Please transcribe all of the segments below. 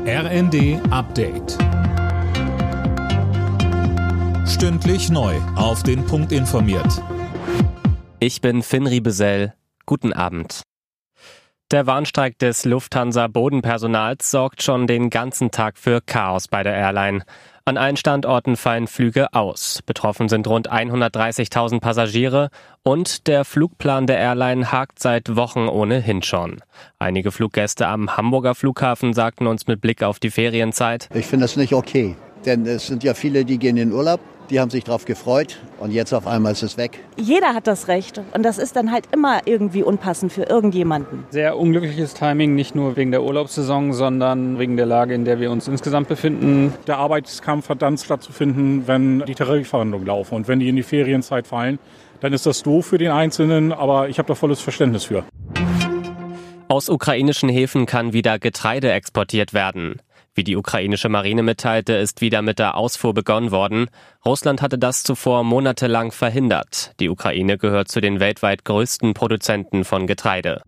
RND Update. Stündlich neu auf den Punkt informiert. Ich bin Finn Riebesell. Guten Abend. Der Warnstreik des Lufthansa-Bodenpersonals sorgt schon den ganzen Tag für Chaos bei der Airline. An allen Standorten fallen Flüge aus. Betroffen sind rund 130.000 Passagiere und der Flugplan der Airline hakt seit Wochen ohnehin schon. Einige Fluggäste am Hamburger Flughafen sagten uns mit Blick auf die Ferienzeit: Ich finde das nicht okay, denn es sind ja viele, die gehen in den Urlaub. Die haben sich drauf gefreut und jetzt auf einmal ist es weg. Jeder hat das Recht und das ist dann halt immer irgendwie unpassend für irgendjemanden. Sehr unglückliches Timing, nicht nur wegen der Urlaubssaison, sondern wegen der Lage, in der wir uns insgesamt befinden. Der Arbeitskampf hat dann stattzufinden, wenn die Tarifverhandlungen laufen und wenn die in die Ferienzeit fallen. Dann ist das doof für den Einzelnen, aber ich habe da volles Verständnis für. Aus ukrainischen Häfen kann wieder Getreide exportiert werden. Wie die ukrainische Marine mitteilte, ist wieder mit der Ausfuhr begonnen worden. Russland hatte das zuvor monatelang verhindert. Die Ukraine gehört zu den weltweit größten Produzenten von Getreide.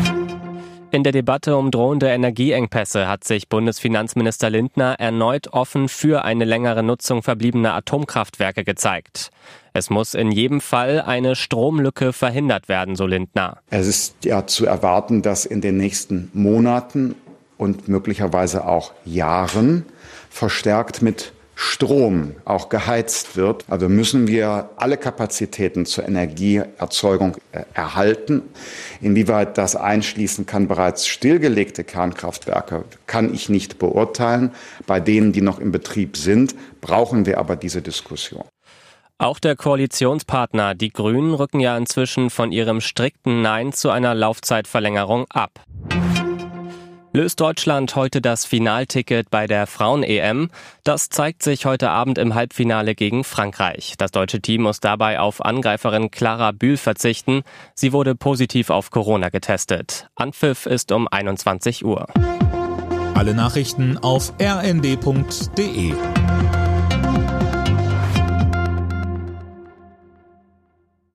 In der Debatte um drohende Energieengpässe hat sich Bundesfinanzminister Lindner erneut offen für eine längere Nutzung verbliebener Atomkraftwerke gezeigt. Es muss in jedem Fall eine Stromlücke verhindert werden, so Lindner. Es ist ja zu erwarten, dass in den nächsten Monaten und möglicherweise auch Jahren verstärkt mit Strom auch geheizt wird. Also müssen wir alle Kapazitäten zur Energieerzeugung erhalten. Inwieweit das einschließen kann bereits stillgelegte Kernkraftwerke, kann ich nicht beurteilen. Bei denen, die noch im Betrieb sind, brauchen wir aber diese Diskussion. Auch der Koalitionspartner, die Grünen, rücken ja inzwischen von ihrem strikten Nein zu einer Laufzeitverlängerung ab. Löst Deutschland heute das Finalticket bei der Frauen-EM? Das zeigt sich heute Abend im Halbfinale gegen Frankreich. Das deutsche Team muss dabei auf Angreiferin Clara Bühl verzichten. Sie wurde positiv auf Corona getestet. Anpfiff ist um 21 Uhr. Alle Nachrichten auf rnd.de.